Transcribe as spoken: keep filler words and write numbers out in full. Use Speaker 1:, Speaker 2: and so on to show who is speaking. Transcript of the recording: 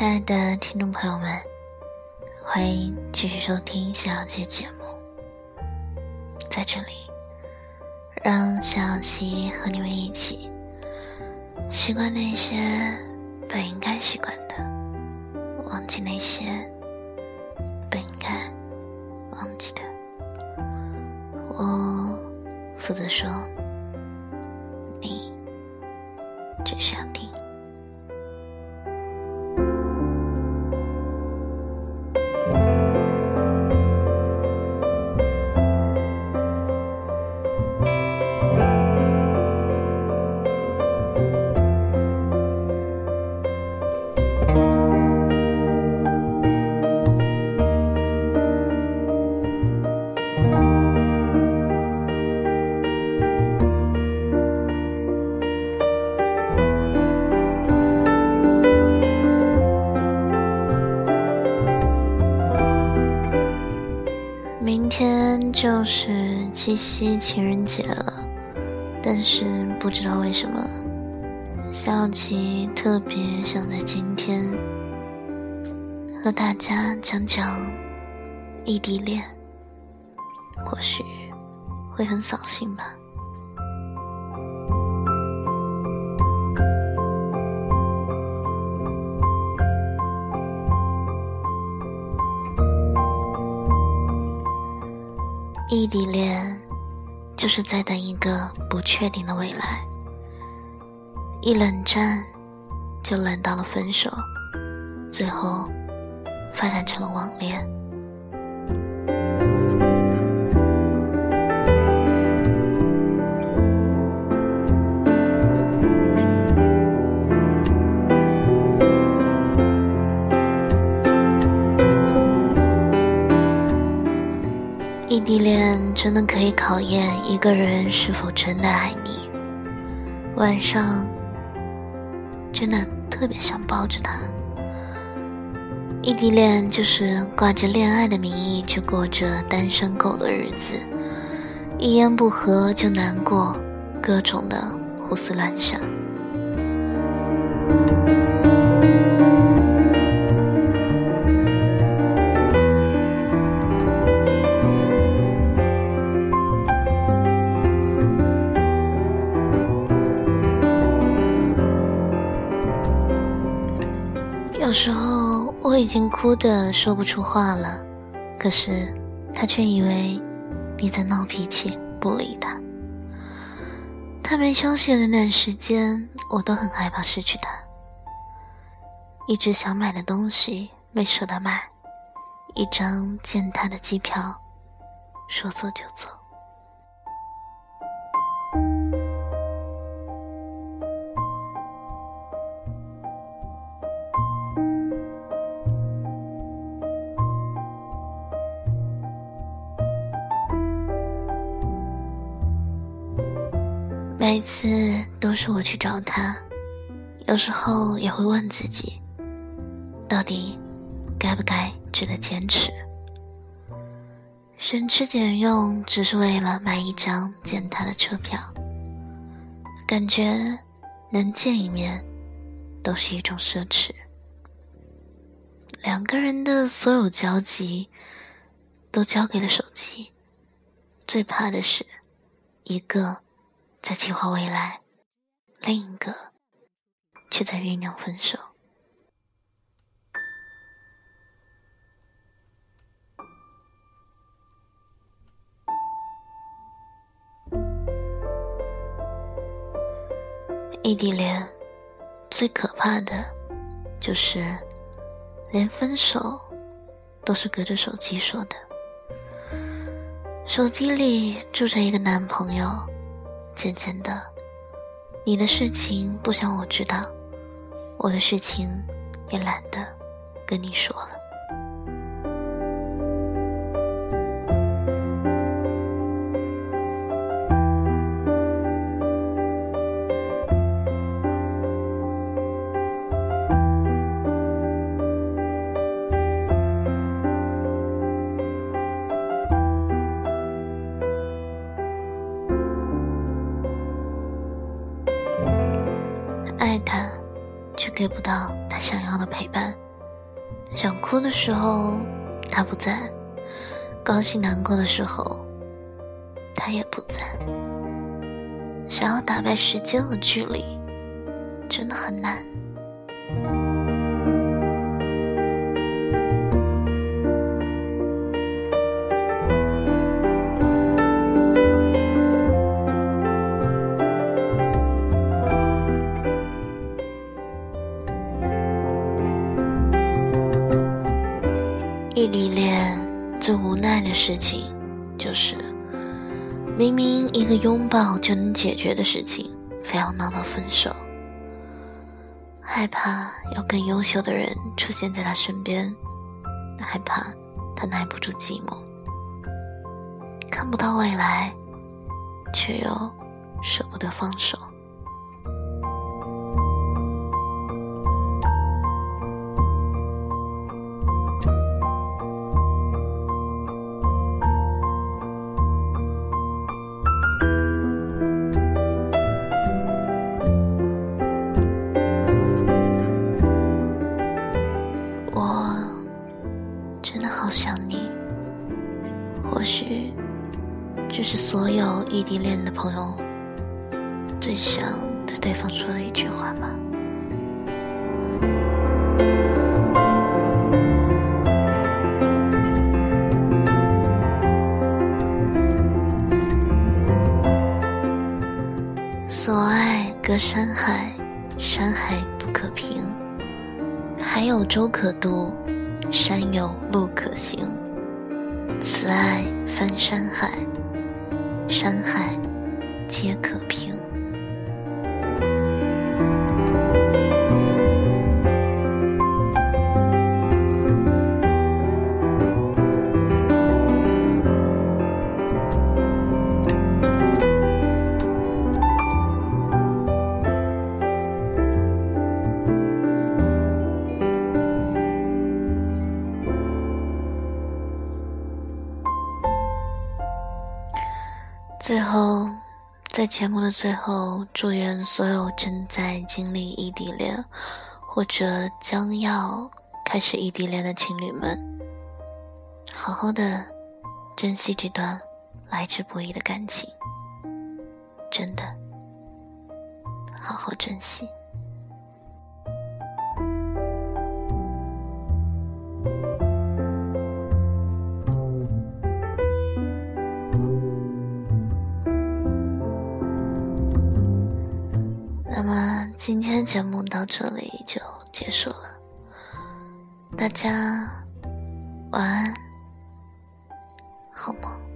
Speaker 1: 亲爱的听众朋友们，欢迎继续收听小小七节目。在这里，让小小七和你们一起习惯那些本应该习惯的，忘记那些本应该忘记的。我负责说，你只需要听。明天就是七夕情人节了，但是不知道为什么，小七特别想在今天和大家讲讲异地恋，或许会很扫兴吧。异地恋就是在等一个不确定的未来，一冷战就冷到了分手，最后发展成了网恋。异地恋真的可以考验一个人是否真的爱你，晚上真的特别想抱着他。异地恋就是挂着恋爱的名义去过着单身狗的日子，一言不合就难过，各种的胡思乱想。有时候我已经哭得说不出话了，可是他却以为你在闹脾气，不理他。他没消息的那段时间，我都很害怕失去他，一直想买的东西没舍得买，一张见他的机票说走就走。每次都是我去找他，有时候也会问自己，到底该不该值得坚持？省吃俭用只是为了买一张见他的车票，感觉能见一面都是一种奢侈。两个人的所有交集都交给了手机，最怕的是一个在计划未来，另一个却在酝酿分手。异地恋最可怕的就是连分手都是隔着手机说的。手机里住着一个男朋友，渐渐的，你的事情不想我知道，我的事情也懒得跟你说了。爱他，却给不到他想要的陪伴， 想哭的时候他不在，高兴难过的时候他也不在。想要打败时间和距离真的很难。异地恋最无奈的事情就是明明一个拥抱就能解决的事情，非要闹到分手。害怕有更优秀的人出现在他身边，害怕他耐不住寂寞，看不到未来，却又舍不得放手。好想你，或许这是所有异地恋的朋友最想对对方说的一句话吧。所爱隔山海，山海不可平，海有舟可渡，山有路可行，此爱翻山海，山海皆可平。最后，在节目的最后，祝愿所有正在经历异地恋或者将要开始异地恋的情侣们，好好的珍惜这段来之不易的感情，真的好好珍惜。那么今天节目到这里就结束了，大家晚安，好梦。